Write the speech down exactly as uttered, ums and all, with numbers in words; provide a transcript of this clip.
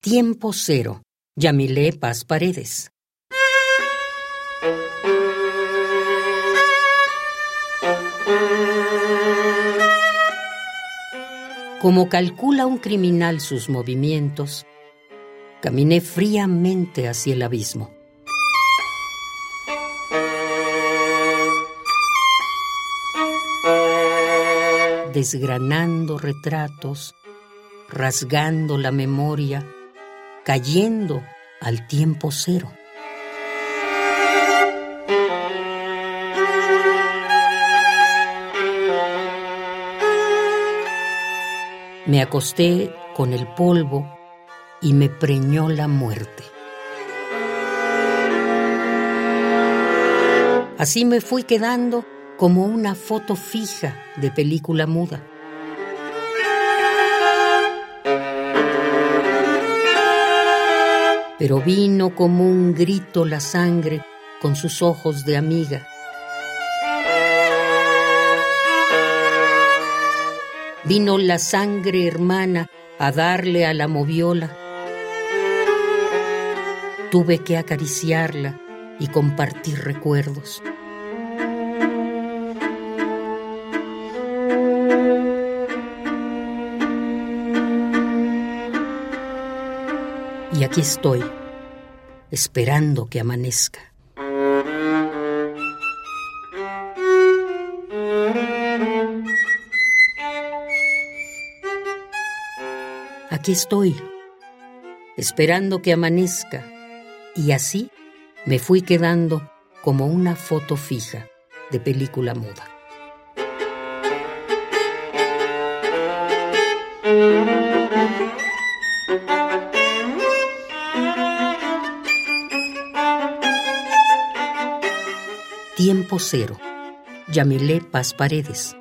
Tiempo cero. Yamilé Paz Paredes. Como calcula un criminal sus movimientos, caminé fríamente hacia el abismo. Desgranando retratos, rasgando la memoria, cayendo al tiempo cero. Me acosté con el polvo y me preñó la muerte. Así me fui quedando como una foto fija de película muda. Pero vino como un grito la sangre con sus ojos de amiga. Vino la sangre hermana a darle a la moviola. Tuve que acariciarla y compartir recuerdos. Y aquí estoy, esperando que amanezca. Aquí estoy, esperando que amanezca, y así me fui quedando como una foto fija de película muda. Tiempo cero. Yamilé Paz Paredes.